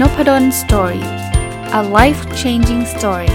Noppadan Story. A life-changing story.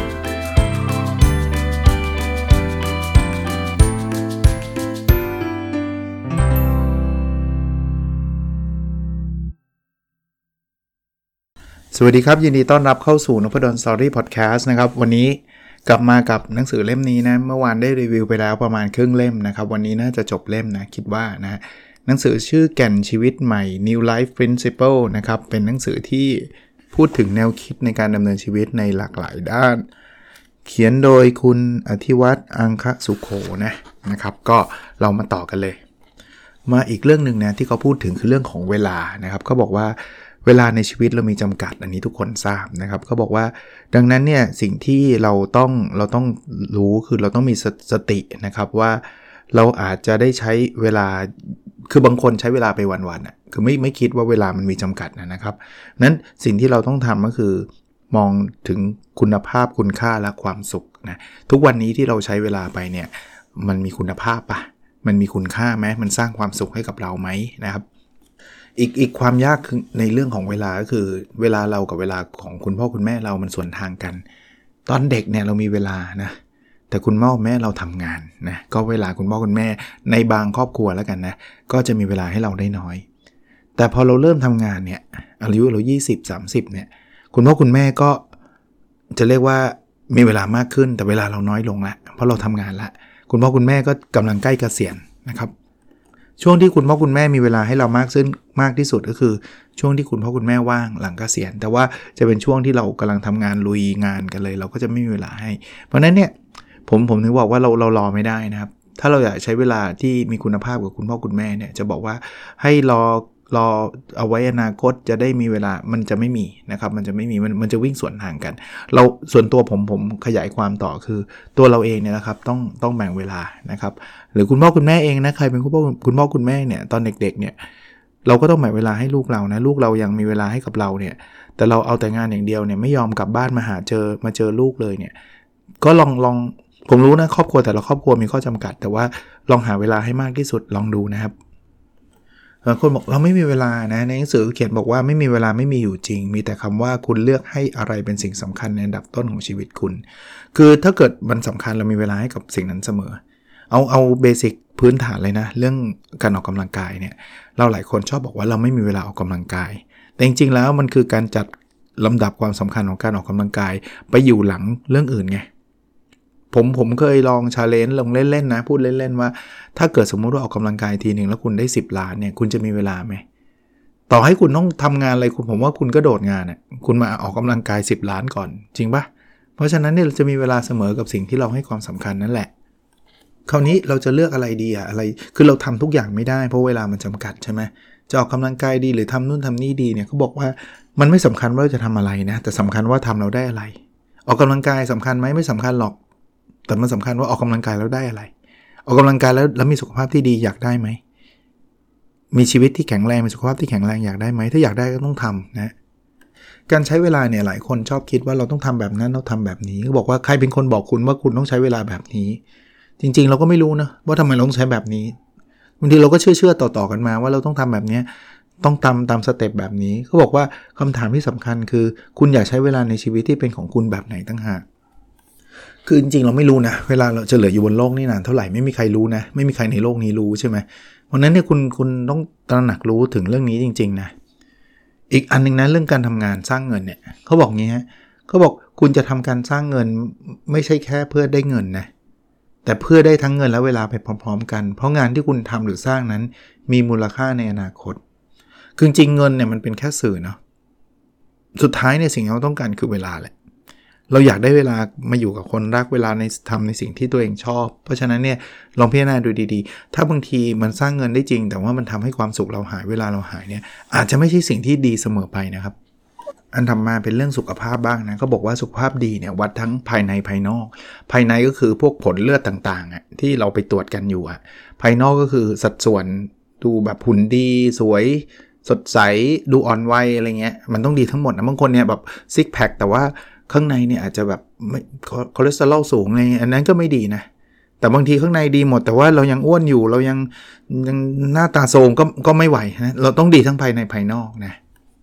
สวัสดีครับยินดีต้อนรับเข้าสู่ Noppadan Story Podcast นะครับวันนี้กลับมากับหนังสือเล่มนี้นะเมื่อวานได้รีวิวไปแล้วประมาณครึ่งเล่มนะครับวันนี้น่าจะจบเล่มนะคิดว่านะหนังสือชื่อแก่นชีวิตใหม่ New Life Principle นะครับเป็นหนังสือที่พูดถึงแนวคิดในการดำเนินชีวิตในหลากหลายด้านเขียนโดยคุณอธิวัฒน์อังคสุโขนะครับก็เรามาต่อกันเลยมาอีกเรื่องนึงนะที่เขาพูดถึงคือเรื่องของเวลานะครับเขาบอกว่าเวลาในชีวิตเรามีจำกัดอันนี้ทุกคนทราบนะครับเขาบอกว่าดังนั้นเนี่ยสิ่งที่เราต้องรู้คือเราต้องมีสตินะครับว่าเราอาจจะได้ใช้เวลาคือบางคนใช้เวลาไปวันๆอ่ะคือไม่คิดว่าเวลามันมีจำกัดนะครับนั้นสิ่งที่เราต้องทำก็คือมองถึงคุณภาพคุณค่าและความสุขนะทุกวันนี้ที่เราใช้เวลาไปเนี่ยมันมีคุณภาพปะมันมีคุณค่าไหมมันสร้างความสุขให้กับเราไหมนะครับอีกความยากในเรื่องของเวลาก็คือเวลาเรากับเวลาของคุณพ่อคุณแม่เรามันสวนทางกันตอนเด็กเนี่ยเรามีเวลานะแต่คุณพ่อแม่เราทำงานนะก็เวลาคุณพ่อคุณแม่ในบางครอบครัวแล้วกันนะก็จะมีเวลาให้เราได้น้อยแต่พอเราเริ่มทำงานเนี่ยอายุเรา20-30เนี่ยคุณพ่อคุณแม่ก็จะเรียกว่ามีเวลามากขึ้นแต่เวลาเราน้อยลงละเพราะเราทำงานละคุณพ่อคุณแม่ก็กำลังใกล้เกษียณนะครับช่วงที่คุณพ่อคุณแม่มีเวลาให้เรามากที่สุดก็คือช่วงที่คุณพ่อคุณแม่ว่างหลังเกษียณแต่ว่าจะเป็นช่วงที่เรากำลังทำงานลุยงานกันเลยเราก็จะไม่มีเวลาให้เพราะนั้นเนี่ยผมถึงบอกว่าเรารอไม่ได้นะครับถ้าเราอยากใช้เวลาที่มีคุณภาพกับคุณพ่อคุณแม่เนี่ยจะบอกว่าให้รอเอาไว้อนาคตจะได้มีเวลามันจะไม่มีนะครับมันจะไม่มีมันจะวิ่งสวนทางกันเราส่วนตัวผมขยายความต่อคือตัวเราเองเนี่ยนะครับต้องแบ่งเวลานะครับหรือคุณพ่อคุณแม่เองนะใครเป็นคุณพ่อคุณแม่เนี่ยตอนเด็กๆเนี่ยเราก็ต้องแบ่งเวลาให้ลูกเรานะลูกเรายังมีเวลาให้กับเราเนี่ยแต่เราเอาแต่งานอย่างเดียวเนี่ยไม่ยอมกลับบ้านมาเจอลูกเลยเนี่ยก็ลองผมรู้นะครอบครัวแต่ละครอบครัวมีข้อจำกัดแต่ว่าลองหาเวลาให้มากที่สุดลองดูนะครับคนบอกเราไม่มีเวลานะในหนังสือเขียนบอกว่าไม่มีเวลาไม่มีอยู่จริงมีแต่คำว่าคุณเลือกให้อะไรเป็นสิ่งสำคัญในอันดับต้นของชีวิตคุณคือถ้าเกิดมันสำคัญเรามีเวลาให้กับสิ่งนั้นเสมอเอาเบสิกพื้นฐานเลยนะเรื่องการออกกำลังกายเนี่ยเราหลายคนชอบบอกว่าเราไม่มีเวลาออกกำลังกายแต่จริงๆแล้วมันคือการจัดลำดับความสำคัญของการออกกำลังกายไปอยู่หลังเรื่องอื่นไงผมเคยลองชาเลนจ์ลงเล่นๆนะพูดเล่นๆว่าถ้าเกิดสมมุติว่าออกกำลังกายทีนึงแล้วคุณได้10 ล้านเนี่ยคุณจะมีเวลาไหมต่อให้คุณต้องทำงานอะไรผมว่าคุณก็โดดงานน่ะคุณมาออกกำลังกาย10 ล้านก่อนจริงปะเพราะฉะนั้นเนี่ยเราจะมีเวลาเสมอกับสิ่งที่เราให้ความสำคัญนั่นแหละคราวนี้เราจะเลือกอะไรดีอะไรคือเราทำทุกอย่างไม่ได้เพราะเวลามันจำกัดใช่ไหมจะออกกำลังกายดีหรือทำนู่นทำนี่ดีเนี่ยเขาบอกว่ามันไม่สำคัญว่าเราจะทำอะไรนะแต่สำคัญว่าทำเราได้อะไรออกกำลังกายสำคัญไหมไม่สำคัญหรอกแต่มันสำคัญว่าออกกำลังกายแล้วได้อะไรออกกำลังกายแล้วมีสุขภาพที่ดีอยากได้ไหมมีชีวิตที่แข็งแรงมีสุขภาพที่แข็งแรงอยากได้ไหมถ้าอยากได้ก็ต้องทำนะการใช้เวลาเนี่ยหลายคนชอบคิดว่าเราต้องทำแบบนั้นเราทำแบบนี้ก็บอกว่าใครเป็นคนบอกคุณว่าคุณต้องใช้เวลาแบบนี้จริงๆเราก็ไม่รู้นะว่าทำไมเราต้องใช้แบบนี้บางทีเราก็เชื่อต่อๆกันมาว่าเราต้องทำแบบนี้ต้องตามสเต็ปแบบนี้เขาบอกว่าคำถามที่สำคัญคือคุณอยากใช้เวลาในชีวิตที่เป็นของคุณแบบไหนตั้งหากคือจริงๆเราไม่รู้นะเวลาเราจะเหลืออยู่บนโลกนี้นานเท่าไหร่ไม่มีใครรู้นะไม่มีใครในโลกนี้รู้ใช่ไหมเพราะนั้นเนี่ยคุณต้องตระหนักรู้ถึงเรื่องนี้จริงๆนะอีกอันนึงนะเรื่องการทำงานสร้างเงินเนี่ยเขาบอกงี้ฮะเขาบอกคุณจะทำการสร้างเงินไม่ใช่แค่เพื่อได้เงินนะแต่เพื่อได้ทั้งเงินและเวลาไปพร้อมๆกันเพราะงานที่คุณทำหรือสร้างนั้นมีมูลค่าในอนาคตคือจริงเงินเนี่ยมันเป็นแค่สื่อเนาะสุดท้ายเนี่ยสิ่งที่เราต้องการคือเวลาแหละเราอยากได้เวลามาอยู่กับคนรักเวลาในทำในสิ่งที่ตัวเองชอบเพราะฉะนั้นเนี่ยลองพิจารณาดูดีๆถ้าบางทีมันสร้างเงินได้จริงแต่ว่ามันทำให้ความสุขเราหายเวลาเราหายเนี่ยอาจจะไม่ใช่สิ่งที่ดีเสมอไปนะครับอันทำมาเป็นเรื่องสุขภาพบ้างนะเขาบอกว่าสุขภาพดีเนี่ยวัดทั้งภายในภายนอกภายในก็คือพวกผลเลือดต่างๆที่เราไปตรวจกันอยู่ภายนอกก็คือสัดส่วนดูแบบหุ่นดีสวยสดใสดูอ่อนวัยอะไรเงี้ยมันต้องดีทั้งหมดนะบางคนเนี่ยแบบซิกแพคแต่ว่าข้างในเนี่ยอาจจะแบบคอเลสเตอรอลสูงอะไรอันนั้นก็ไม่ดีนะแต่บางทีข้างในดีหมดแต่ว่าเรายังอ้วนอยู่เรายังหน้าตาโทรมก็ไม่ไหวนะเราต้องดีทั้งภายในภายนอกนะ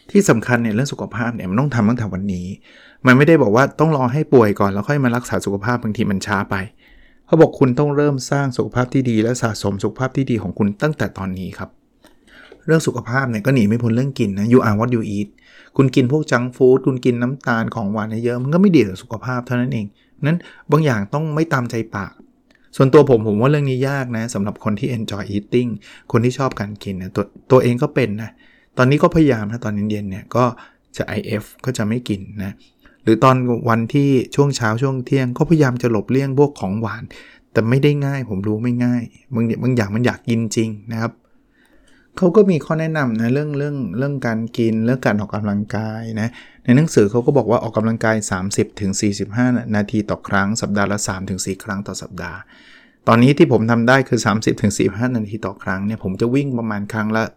ที่สำคัญเนี่ยเรื่องสุขภาพเนี่ยมันต้องทำตั้งแต่วันนี้มันไม่ได้บอกว่าต้องรอให้ป่วยก่อนแล้วค่อยมารักษาสุขภาพบางทีมันช้าไปเขาบอกคุณต้องเริ่มสร้างสุขภาพที่ดีและสะสมสุขภาพที่ดีของคุณตั้งแต่ตอนนี้ครับเรื่องสุขภาพเนี่ยก็หนีไม่พ้นเรื่องกินนะ you are what you eat คุณกินพวกจังก์ฟู้ดคุณกินน้ำตาลของหวานเยอะมันก็ไม่ดีต่อสุขภาพเท่านั้นเองนั้นบางอย่างต้องไม่ตามใจปากส่วนตัวผมว่าเรื่องนี้ยากนะสำหรับคนที่ enjoy eating คนที่ชอบการกินนะตัวเองก็เป็นนะตอนนี้ก็พยายามนะตอนเย็นๆเนี่ยก็จะ IF ก็จะไม่กินนะหรือตอนวันที่ช่วงเช้าช่วงเที่ยงก็พยายามจะหลบเลี่ยงพวกของหวานแต่ไม่ได้ง่ายผมรู้ไม่ง่ายบางอย่างมันอยากกินจริงนะครับเขาก็มีข้อแนะนำนะเรื่องการกินเรื่องการออกกำลังกายนะในหนังสือเขาก็บอกว่าออกกำลังกาย 30-45 นาทีต่อครั้งสัปดาห์ละ 3-4 ครั้งต่อสัปดาห์ตอนนี้ที่ผมทำได้คือ 30-45 นาทีต่อครั้งเนี่ยผมจะวิ่งประมาณครั้งละ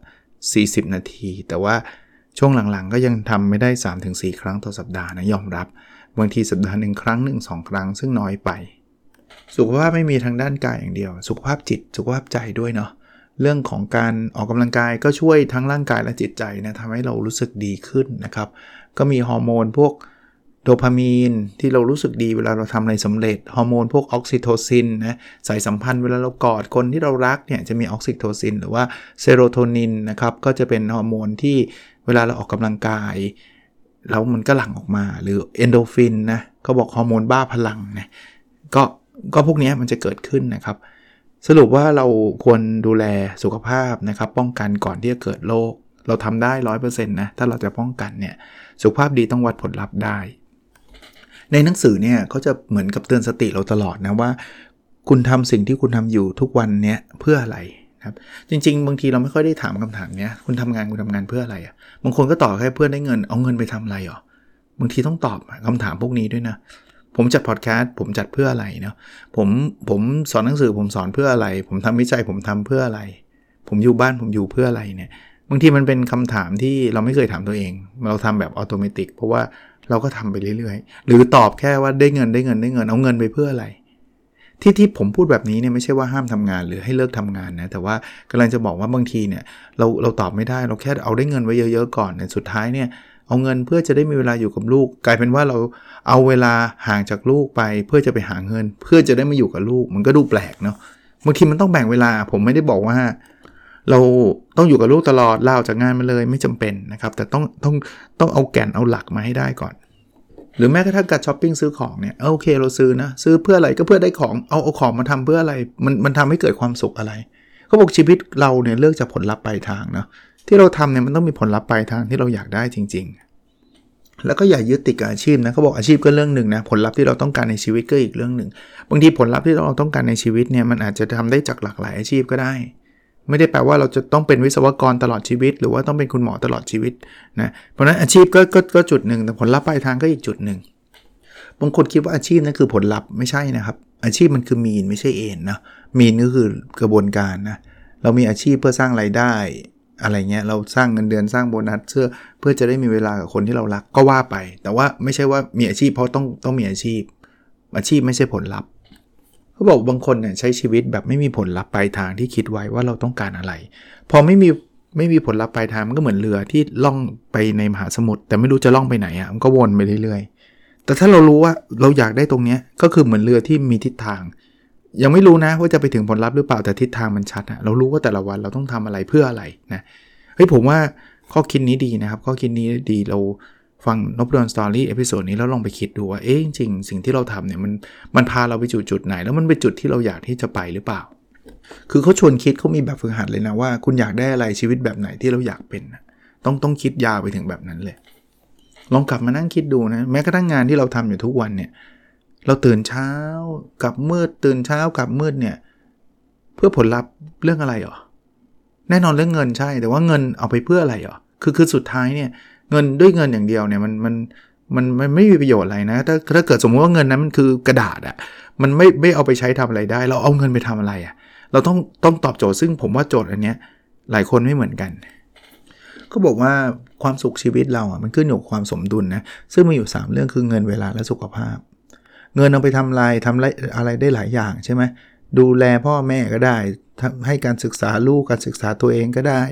40 นาทีแต่ว่าช่วงหลังๆก็ยังทำไม่ได้ 3-4 ครั้งต่อสัปดาห์นะยอมรับบางทีสัปดาห์นึงครั้งนึง2 ครั้งซึ่งน้อยไปสุขภาพไม่มีทางด้านกายอย่างเดียวสุขภาพจิตสุขภาพใจด้วยเนาะเรื่องของการออกกำลังกายก็ช่วยทั้งร่างกายและจิตใจนะทำให้เรารู้สึกดีขึ้นนะครับก็มีฮอร์โมนพวกโดพามีนที่เรารู้สึกดีเวลาเราทำอะไรสำเร็จฮอร์โมนพวกออกซิโทซินนะสายสัมพันธ์เวลาเรากอดคนที่เรารักเนี่ยจะมีออกซิโทซินหรือว่าเซโรโทนินนะครับก็จะเป็นฮอร์โมนที่เวลาเราออกกำลังกายแล้วมันก็หลั่งออกมาหรือเอนโดฟินนะเขาบอกฮอร์โมนบ้าพลังนะก็พวกนี้มันจะเกิดขึ้นนะครับสรุปว่าเราควรดูแลสุขภาพนะครับป้องกันก่อนที่จะเกิดโรคเราทำได้ 100% นะถ้าเราจะป้องกันเนี่ยสุขภาพดีต้องวัดผลลัพธ์ได้ในหนังสือเนี่ยเขาจะเหมือนกับเตือนสติเราตลอดนะว่าคุณทำสิ่งที่คุณทำอยู่ทุกวันเนี้ยเพื่ออะไรครับจริงๆบางทีเราไม่ค่อยได้ถามคำถามเนี้ยคุณทำงานเพื่ออะไรอ่ะบางคนก็ตอบแค่เพื่อได้เงินเอาเงินไปทำอะไรหรอบางทีต้องตอบคำถามพวกนี้ด้วยนะผมจัดพอดแคสต์ผมจัดเพื่ออะไรเนาะผมสอนหนังสือผมสอนเพื่ออะไรผมทำวิจัยผมทำเพื่ออะไรผมอยู่บ้านผมอยู่เพื่ออะไรเนี่ยบางทีมันเป็นคำถามที่เราไม่เคยถามตัวเองเราทำแบบอัตโนมัติเพราะว่าเราก็ทำไปเรื่อยๆหรือตอบแค่ว่าได้เงินเอาเงินไปเพื่ออะไรที่ผมพูดแบบนี้เนี่ยไม่ใช่ว่าห้ามทำงานหรือให้เลิกทำงานนะแต่ว่ากำลังจะบอกว่าบางทีเนี่ยเราตอบไม่ได้เราแค่เอาได้เงินไว้เยอะๆก่อนเนี่ยสุดท้ายเนี่ยเอาเงินเพื่อจะได้มีเวลาอยู่กับลูกกลายเป็นว่าเราเอาเวลาห่างจากลูกไปเพื่อจะไปหาเงินเพื่อจะได้มาอยู่กับลูกมันก็ดูแปลกเนาะบางทีมันต้องแบ่งเวลาผมไม่ได้บอกว่าเราต้องอยู่กับลูกตลอดลาออกจากงานมาเลยไม่จำเป็นนะครับแต่ต้องเอาแก่นเอาหลักมาให้ได้ก่อนหรือแม้กระทั่งการช้อปปิ้งซื้อของเนี่ยโอเคเราซื้อนะซื้อเพื่ออะไรก็เพื่อได้ของเอาของมาทำเพื่ออะไรมันทำให้เกิดความสุขอะไรเขาบอกชีวิตเราเนี่ยเลือกจากผลลัพธ์ปลายทางเนาะที่เราทำเนี่ยมันต้องมีผลลัพธ์ปลายทางที่เราอยากได้จริงๆแล้วก็อย่ายึดติดกับอาชีพนะเขาบอกอาชีพก็เรื่องนึงนะผลลัพธ์ที่เราต้องการในชีวิตก็อีกเรื่องนึงบางทีผลลัพธ์ที่เราต้องการในชีวิตเนี่ยมันอาจจะทำได้จากหลากหลายอาชีพก็ได้ไม่ได้แปลว่าเราจะต้องเป็นวิศวกรตลอดชีวิตหรือว่าต้องเป็นคุณหมอตลอดชีวิตนะเพราะนั้นอาชีพก็จุดนึงแต่ผลลัพธ์ปลายทางก็อีกจุดนึงบางคนคิดว่าอาชีพนั่นคือผลลัพธ์ไม่ใช่นะครับอาชีพมันคือมีนไม่ใช่เอ็นนะมีนก็คือกระบวนการนะเรามีอาชีพเพื่อสร้างรายได้อะไรเงี้ยเราสร้างเงินเดือนสร้างโบนัสเพื่อจะได้มีเวลากับคนที่เรารักก็ว่าไปแต่ว่าไม่ใช่ว่ามีอาชีพเพราะต้องมีอาชีพไม่ใช่ผลลัพธ์เขาบอกบางคนเนี่ยใช้ชีวิตแบบไม่มีผลลัพธ์ปลายทางที่คิดไว้ว่าเราต้องการอะไรพอไม่มีผลลัพธ์ปลายทางมันก็เหมือนเรือที่ล่องไปในมหาสมุทรแต่ไม่รู้จะล่องไปไหนอ่ะมันก็วนไปเรื่อยๆแต่ถ้าเรารู้ว่าเราอยากได้ตรงนี้ก็คือเหมือนเรือที่มีทิศทางยังไม่รู้นะว่าจะไปถึงผลลัพธ์หรือเปล่าแต่ทิศทางมันชัดอะเรารู้ว่าแต่ละวันเราต้องทำอะไรเพื่ออะไรนะเฮ้ยผมว่าข้อคิดนี้ดีนะครับข้อคิดนี้ดีเราฟังนพดลสตอรี่เอพิโซดนี้แล้วลองไปคิดดูว่าจริงๆสิ่งที่เราทำเนี่ยมันพาเราไปจุดไหนแล้วมันเป็นจุดที่เราอยากที่จะไปหรือเปล่าคือเขาชวนคิดเขามีแบบฝึกหัดเลยนะว่าคุณอยากได้อะไรชีวิตแบบไหนที่เราอยากเป็นต้องคิดยาวไปถึงแบบนั้นเลยลองกลับมานั่งคิดดูนะแม้กระทั่งงานที่เราทำอยู่ทุกวันเนี่ยเราตื่นเช้ากลับมืดตื่นเช้ากลับมืดเนี่ยเพื่อผลลัพธ์เรื่องอะไรหรอแน่นอนเรื่องเงินใช่แต่ว่าเงินเอาไปเพื่ออะไรหรอคือสุดท้ายเนี่ยเงินด้วยเงินอย่างเดียวเนี่ยมันไม่มีประโยชน์อะไรนะถ้าเกิดสมมติว่าเงินนั้นมันคือกระดาษอะมันไม่เอาไปใช้ทำอะไรได้เราเอาเงินไปทำอะไรอะเราต้องตอบโจทย์ซึ่งผมว่าโจทย์อันเนี้ยหลายคนไม่เหมือนกันก็บอกว่าความสุขชีวิตเราอ่ะมันขึ้นอยู่กับความสมดุลนะซึ่งมีอยู่3เรื่องคือเงินเวลาและสุขภาพเงินเอาไปทำอะไรได้หลายอย่างใช่ไหมดูแลพ่อแม่ก็ได้ให้การศึกษาลูกการศึกษาตัวเองก็ได้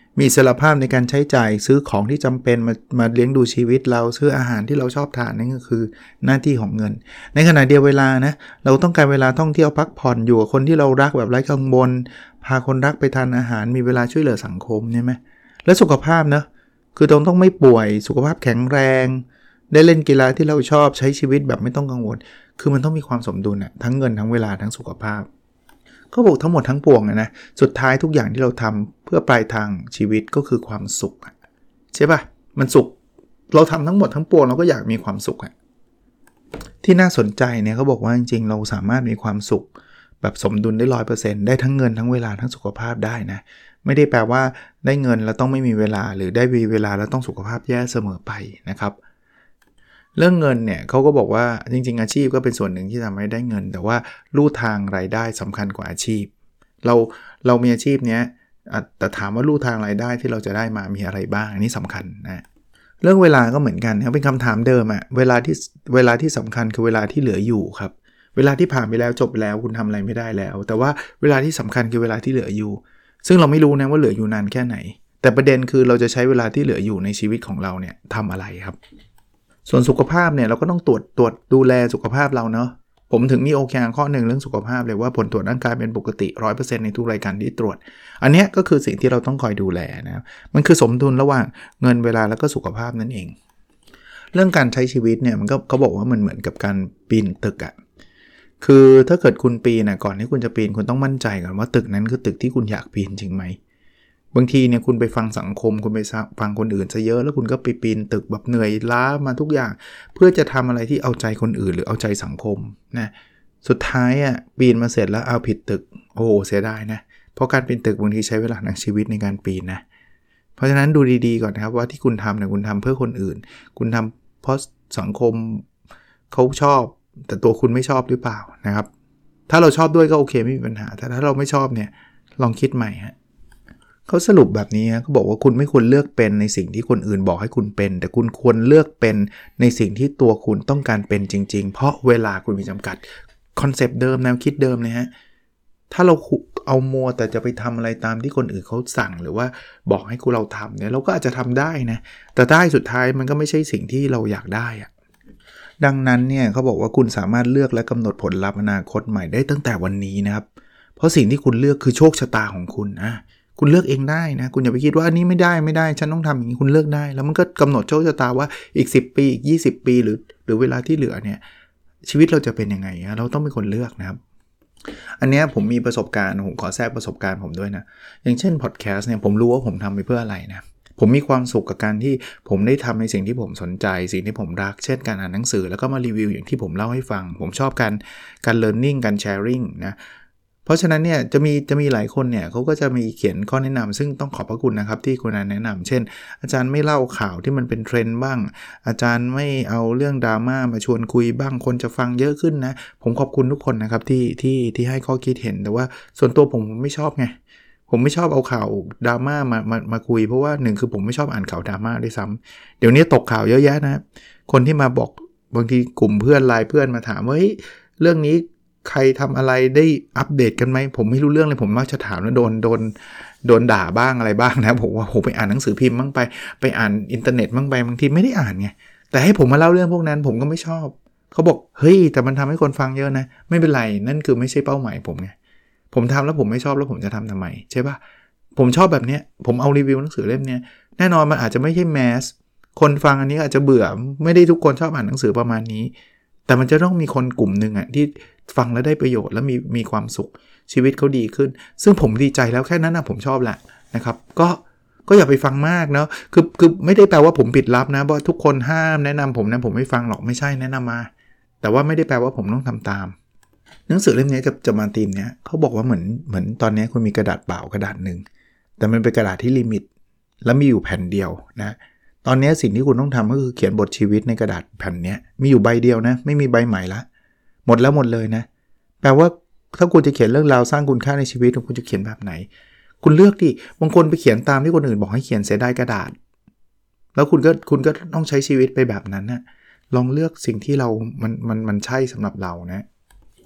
มีอิสรภาพในการใช้จ่ายซื้อของที่จำเป็นมาเลี้ยงดูชีวิตเราซื้ออาหารที่เราชอบทานนั่นก็คือหน้าที่ของเงินในขณะเดียวเวลานะเราต้องการเวลาท่องเที่ยวพักผ่อนอยู่กับคนที่เรารักแบบไร้กังวลพาคนรักไปทานอาหารมีเวลาช่วยเหลือสังคมใช่ไหมและสุขภาพนะคือต้องไม่ป่วยสุขภาพแข็งแรงได้เล่นกีฬาที่เราชอบใช้ชีวิตแบบไม่ต้องกังวลคือมันต้องมีความสมดุลอะทั้งเงินทั้งเวลาทั้งสุขภาพเขาบอกทั้งหมดทั้งปวงนะสุดท้ายทุกอย่างที่เราทำเพื่อปลายทางชีวิตก็คือความสุขใช่ป่ะมันสุขเราทำทั้งหมดทั้งปวงเราก็อยากมีความสุขที่น่าสนใจเนี่ยเขาบอกว่าจริงๆเราสามารถมีความสุขแบบสมดุลได้ 100% ได้ทั้งเงินทั้งเวลาทั้งสุขภาพได้นะไม่ได้แปลว่าได้เงินแล้วต้องไม่มีเวลาหรือได้มีเวลาแล้วต้องสุขภาพแย่เสมอไปนะครับเรื่องเงินเนี่ยเขาก็บอกว่าจริงๆอาชีพก็เป็นส่วนหนึ่งที่ทำให้ได้เงินแต่ว่าลู่ทางรายได้สำคัญกว่าอาชีพเรามีอาชีพเนี้ยแต่ถามว่าลู่ทางรายได้ที่เราจะได้มามีอะไรบ้างอันนี้สำคัญนะเรื่องเวลาก็เหมือนกันเป็นคำถามเดิมเวลาที่สำคัญคือเวลาที่เหลืออยู่ครับเวลาที่ผ่านไปแล้วจบแล้วคุณทำอะไรไม่ได้แล้วแต่ว่าเวลาที่สำคัญคือเวลาที่เหลืออยู่ซึ่งเราไม่รู้นะว่าเหลืออยู่นานแค่ไหนแต่ประเด็นคือเราจะใช้เวลาที่เหลืออยู่ในชีวิตของเราเนี่ยทำอะไรครับส่วนสุขภาพเนี่ยเราก็ต้องตรวจดูแลสุขภาพเราเนาะผมถึงมีOKRข้อหนึ่งเรื่องสุขภาพเลยว่าผลตรวจร่างกายเป็นปกติ 100% ในทุกรายการที่ตรวจอันนี้ก็คือสิ่งที่เราต้องคอยดูแลนะมันคือสมดุลระหว่างเงินเวลาแล้วก็สุขภาพนั่นเองเรื่องการใช้ชีวิตเนี่ยมันก็เขาบอกว่ามันเหมือนกับการปีนตึกคือถ้าเกิดคุณปีนก่อนที่คุณจะปีนคุณต้องมั่นใจก่อนว่าตึกนั้นคือตึกที่คุณอยากปีนจริงไหมบางทีเนี่ยคุณไปฟังสังคมคุณไปฟังคนอื่นซะเยอะแล้วคุณก็ไปปีนตึกแบบเหนื่อยล้ามาทุกอย่างเพื่อจะทำอะไรที่เอาใจคนอื่นหรือเอาใจสังคมนะสุดท้ายปีนมาเสร็จแล้วเอาผิดตึกโอ้โหเสียดายนะเพราะการปีนตึกบางทีใช้เวลาทั้งชีวิตในการปีนนะเพราะฉะนั้นดูดีๆก่อนนะครับว่าที่คุณทำเนี่ยคุณทำเพื่อคนอื่นคุณทำเพราะสังคมเขาชอบแต่ตัวคุณไม่ชอบหรือเปล่านะครับถ้าเราชอบด้วยก็โอเคไม่มีปัญหาแต่ถ้าเราไม่ชอบเนี่ยลองคิดใหม่เขาสรุปแบบนี้เขาบอกว่าคุณไม่ควรเลือกเป็นในสิ่งที่คนอื่นบอกให้คุณเป็นแต่คุณควรเลือกเป็นในสิ่งที่ตัวคุณต้องการเป็นจริงๆเพราะเวลาคุณมีจำกัดคอนเซปต์เดิมแนวคิดเดิมเลยถ้าเราเอามัวแต่จะไปทำอะไรตามที่คนอื่นเขาสั่งหรือว่าบอกให้เราทำเนี่ยเราก็อาจจะทำได้นะแต่ได้สุดท้ายมันก็ไม่ใช่สิ่งที่เราอยากได้ดังนั้นเนี่ยเขาบอกว่าคุณสามารถเลือกและกำหนดผลลัพธ์อนาคตใหม่ได้ตั้งแต่วันนี้นะครับเพราะสิ่งที่คุณเลือกคือโชคชะตาของคุณคุณเลือกเองได้นะคุณอย่าไปคิดว่าอันนี้ไม่ได้ฉันต้องทำอย่างนี้คุณเลือกได้แล้วมันก็กำหนดโชคชะตาว่าอีก10ปีอีก20ปีหรือเวลาที่เหลือเนี่ยชีวิตเราจะเป็นยังไงเราต้องเป็นคนเลือกนะครับอันนี้ผมมีประสบการณ์ผมขอแทรกประสบการณ์ผมด้วยนะอย่างเช่นพอดแคสต์เนี่ยผมรู้ว่าผมทำไปเพื่ออะไรนะผมมีความสุขกับการที่ผมได้ทำในสิ่งที่ผมสนใจสิ่งที่ผมรักเช่นการอ่านหนังสือแล้วก็มารีวิวอย่างที่ผมเล่าให้ฟังผมชอบการ learning การ sharing นะเพราะฉะนั้นเนี่ยจะมีหลายคนเนี่ยเขาก็จะมีเขียนข้อแนะนำซึ่งต้องขอบพระคุณนะครับที่คุณแนะนำเช่นอาจารย์ไม่เล่าข่าวที่มันเป็นเทรนด์บ้างอาจารย์ไม่เอาเรื่องดราม่ามาชวนคุยบ้างคนจะฟังเยอะขึ้นนะผมขอบคุณทุกคนนะครับที่ให้ข้อคิดเห็นแต่ว่าส่วนตัวผมไม่ชอบไงผมไม่ชอบเอาข่าวดราม่ามาคุยเพราะว่า1คือผมไม่ชอบอ่านข่าวดราม่าด้วยซ้ำเดี๋ยวนี้ตกข่าวเยอะแยะนะคนที่มาบอกบางทีกลุ่มเพื่อนไลน์เพื่อนมาถามว่าเฮ้ยเรื่องนี้ใครทำอะไรได้อัปเดตกันไหมผมไม่รู้เรื่องเลยผมมักจะถามแล้วโดนด่าบ้างอะไรบ้างนะผมว่าผมไปอ่านหนังสือพิมพ์บ้างไปอ่านอินเทอร์เน็ตบ้างไปบางทีไม่ได้อ่านไงแต่ให้ผมมาเล่าเรื่องพวกนั้นผมก็ไม่ชอบเขาบอกเฮ้ยแต่มันทำให้คนฟังเยอะนะไม่เป็นไรนั่นคือไม่ใช่เป้าหมายผมไงผมทำแล้วผมไม่ชอบแล้วผมจะทำทำไมใช่ป่ะผมชอบแบบเนี้ยผมเอารีวิวหนังสือเล่มเนี้ยแน่นอนมันอาจจะไม่ใช่แมสคนฟังอันนี้อาจจะเบื่อไม่ได้ทุกคนชอบอ่านหนังสือประมาณนี้แต่มันจะต้องมีคนกลุ่มนึงที่ฟังแล้วได้ประโยชน์แล้วมีความสุขชีวิตเขาดีขึ้นซึ่งผมดีใจแล้วแค่นั้นนะผมชอบแหละนะครับก็อย่าไปฟังมากเนาะคือไม่ได้แปลว่าผมปิดลับนะว่าทุกคนห้ามแนะนำผมนะผมไม่ฟังหรอกไม่ใช่แนะนำมาแต่ว่าไม่ได้แปลว่าผมต้องทำตามหนังสือเล่มนี้จะมาธีมเนี้ยเขาบอกว่าเหมือนตอนนี้คุณมีกระดาษเปล่ากระดาษนึงแต่มันเป็นกระดาษที่ลิมิตแล้วมีอยู่แผ่นเดียวนะตอนนี้สิ่งที่คุณต้องทำก็คือเขียนบทชีวิตในกระดาษแผ่นนี้มีอยู่ใบเดียวนะไม่มีใบใหม่ละหมดเลยนะแปลว่าถ้าคุณจะเขียนเรื่องราวสร้างคุณค่าในชีวิตคุณจะเขียนแบบไหนคุณเลือกดิบางคนไปเขียนตามที่คนอื่นบอกให้เขียนเสียดายกระดาษแล้วคุณก็ต้องใช้ชีวิตไปแบบนั้นนะลองเลือกสิ่งที่มันใช่สำหรับเรานะ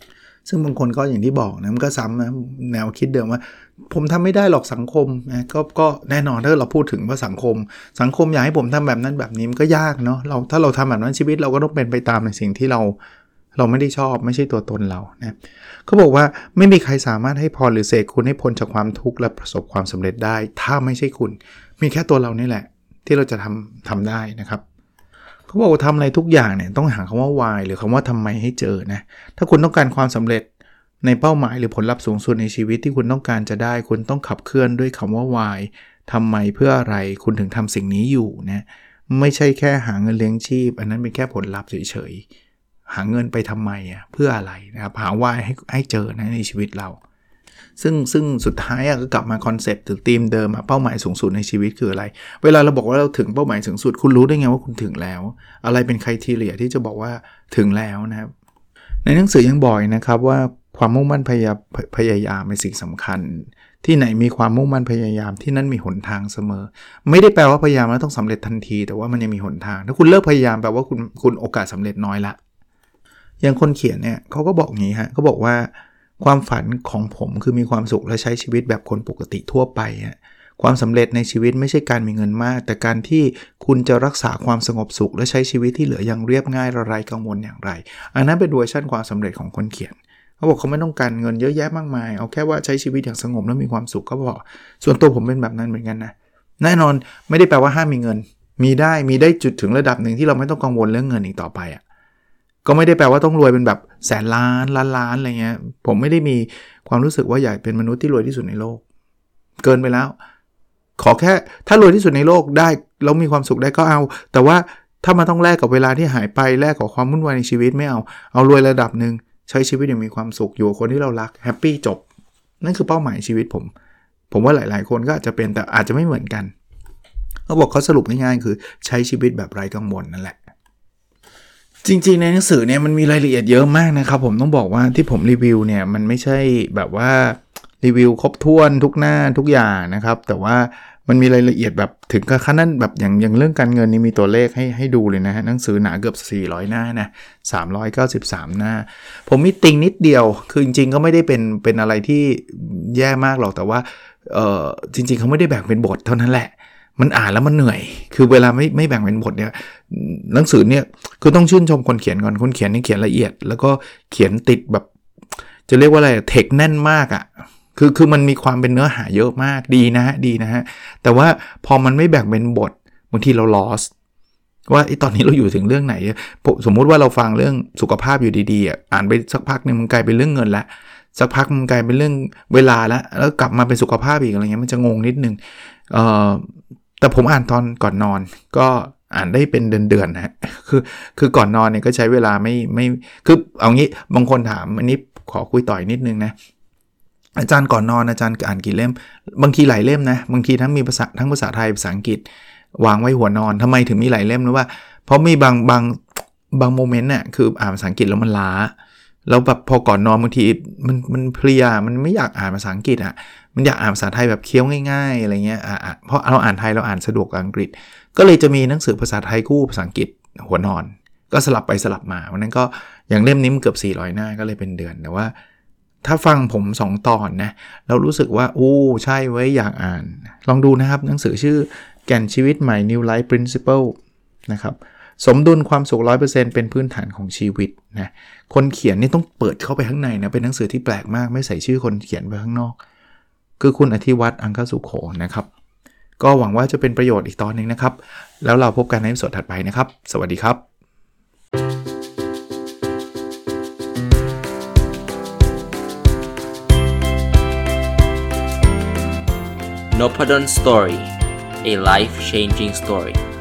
ซึ่งบางคนก็อย่างที่บอกนะมันก็ซ้ำนะแนวคิดเดิมว่าผมทำไม่ได้หรอกสังคมนะก็แน่นอนถ้าเราพูดถึงว่าสังคมอยากให้ผมทำแบบนั้นแบบนี้มันก็ยากเนาะถ้าเราทำแบบนั้นชีวิตเราก็ต้องเป็นไปตามในสิ่งที่เราไม่ได้ชอบไม่ใช่ตัวตนเรานะเขาบอกว่าไม่มีใครสามารถให้พรหรือเสกคุณให้พ้นจากความทุกข์และประสบความสำเร็จได้ถ้าไม่ใช่คุณมีแค่ตัวเรานี่แหละที่เราจะทำได้นะครับเขาบอกว่าทำอะไรทุกอย่างเนี่ยต้องหาคำว่า why หรือคำว่าทำไมให้เจอนะถ้าคุณต้องการความสำเร็จในเป้าหมายหรือผลลัพธ์สูงสุดในชีวิตที่คุณต้องการจะได้คุณต้องขับเคลื่อนด้วยคำว่า why ทำไมเพื่ออะไรคุณถึงทำสิ่งนี้อยู่นะไม่ใช่แค่หาเงินเลี้ยงชีพอันนั้นเป็นแค่ผลลัพธ์เฉยๆหาเงินไปทำไมเพื่ออะไรนะครับหา why ให้เจอนะในชีวิตเราซึ่งสุดท้ายก็กลับมาคอนเซปต์ถึงธีมเดิมเป้าหมายสูงสุดในชีวิตคืออะไรเวลาเราบอกว่าเราถึงเป้าหมายสูงสุดคุณรู้ได้ไงว่าคุณถึงแล้วอะไรเป็นไครทีเรียที่จะบอกว่าถึงแล้วนะครับในหนังสือยังบอกนะครับว่าความมุ่งมั่นพยายามเป็นสิ่งสำคัญที่ไหนมีความมุ่งมั่นพยายามที่นั่นมีหนทางเสมอไม่ได้แปลว่าพยายามแล้วต้องสำเร็จทันทีแต่ว่ามันยังมีหนทางถ้าคุณเลิกพยายามแปลว่าคุณโอกาสสำเร็จน้อยละอย่างคนเขียนเนี่ยเขาก็บอกงี้ฮะเขาบอกว่าความฝันของผมคือมีความสุขและใช้ชีวิตแบบคนปกติทั่วไปความสำเร็จในชีวิตไม่ใช่การมีเงินมากแต่การที่คุณจะรักษาความสงบสุขและใช้ชีวิตที่เหลืออย่างเรียบง่ายไร้กังวลอย่างไรอันนั้นเป็นเวอร์ชันความสำเร็จของคนเขียนเขาบอกเขาไม่ต้องการเงินเยอะแยะมากมายเอาแค่ว่าใช้ชีวิตอย่างสงบและมีความสุขก็พอส่วนตัวผมเป็นแบบนั้นเหมือนกันนะแน่นอนไม่ได้แปลว่าห้ามมีเงินมีได้จุดถึงระดับหนึ่งที่เราไม่ต้องกังวลเรื่องเงินอีกต่อไปก็ไม่ได้แปลว่าต้องรวยเป็นแบบแสนล้านล้านอะไรเงี้ยผมไม่ได้มีความรู้สึกว่าอยากเป็นมนุษย์ที่รวยที่สุดในโลกเกินไปแล้วขอแค่ถ้ารวยที่สุดในโลกได้แล้วมีความสุขได้ก็เอาแต่ว่าถ้ามันต้องแลกกับเวลาที่หายไปแลกกับความวุ่นวายในชีวิตไม่เอารวยระดับนึงใช้ชีวิตอย่างมีความสุขอยู่กับคนที่เรารักแฮปปี้จบนั่นคือเป้าหมายชีวิตผมว่าหลายๆคนก็อาจจะเป็นแต่อาจจะไม่เหมือนกันเขาบอกเขาสรุปง่ายๆคือใช้ชีวิตแบบไร้กังวลนั่นแหละจริงๆในหนังสือเนี่ยมันมีรายละเอียดเยอะมากนะครับผมต้องบอกว่าที่ผมรีวิวเนี่ยมันไม่ใช่แบบว่ารีวิวครบถ้วนทุกหน้าทุกอย่างนะครับแต่ว่ามันมีรายละเอียดแบบถึงขั้นนั้นแบบอย่างเรื่องการเงินนี่มีตัวเลขให้ดูเลยนะฮะหนังสือหนาเกือบ400หน้านะ393หน้าผมมีติ่งนิดเดียวคือจริงๆก็ไม่ได้เป็นอะไรที่แย่มากหรอกแต่ว่าจริงๆเขาไม่ได้แบ่งเป็นบทเท่านั้นแหละมันอ่านแล้วมันเหนื่อยคือเวลาไม่แบ่งเป็นบทเนี่ยหนังสือเนี่ยคือต้องชื่นชมคนเขียนก่อนคนเขียนนี่เขียนละเอียดแล้วก็เขียนติดแบบจะเรียกว่าอะไรเทคแน่นมากคือมันมีความเป็นเนื้อหาเยอะมากดีนะฮะแต่ว่าพอมันไม่แบ่งเป็นบทบางทีเรา lost ว่าตอนนี้เราอยู่ถึงเรื่องไหนสมมุติว่าเราฟังเรื่องสุขภาพอยู่ดีๆอ่านไปสักพักนึงมันกลายเป็นเรื่องเงินละสักพักมันกลายเป็นเรื่องเวลาแล้วกลับมาเป็นสุขภาพอีกอะไรเงี้ยมันจะงงนิดนึงแต่ผมอ่านตอนก่อนนอนก็อ่านได้เป็นเดือนๆนะคือก่อนนอนเนี่ยก็ใช้เวลาไม่คือเอางี้บางคนถามอันนี้ขอคุยต่อนิดนึงนะอาจารย์ก่อนนอนอาจารย์อ่านกี่เล่มบางทีหลายเล่มนะบางทีทั้งภาษาไทยภาษาอังกฤษวางไว้หัวนอนทำไมถึงมีหลายเล่มรู้ว่าเพราะมีบางโมเมนต์เนี่ยคืออ่านภาษาอังกฤษแล้วมันล้าแล้วแบบพอก่อนนอนบางทีมันเพลียมันไม่อยากอ่านภาษาอังกฤษมันอยากอ่านภาษาไทยแบบเคี้ยวง่ายๆอะไรเงี้ยเพราะเราอ่านไทยเราอ่านสะดวกกว่าอังกฤษก็เลยจะมีหนังสือภาษาไทยคู่ภาษาอังกฤษหัวนอนก็สลับไปสลับมาวันนั้นก็อย่างเล่มนี้มันเกือบ400หน้าก็เลยเป็นเดือนแต่ว่าถ้าฟังผม2ตอนนะเรารู้สึกว่าใช่เว้ยอยากอ่านลองดูนะครับหนังสือชื่อแก่นชีวิตใหม่ New Life Principle นะครับสมดุลความสุข 100% เป็นพื้นฐานของชีวิตนะคนเขียนนี่ต้องเปิดเข้าไปข้างในนะเป็นหนังสือที่แปลกมากไม่ใส่ชื่อคนเขียนไว้ข้างนอกคือคุณอธิวัฒน์ อังคสุโขนะครับก็หวังว่าจะเป็นประโยชน์อีกตอนนึงนะครับแล้วเราพบกันในตอนถัดไปนะครับสวัสดีครับ Nopadon Story, a life-changing story.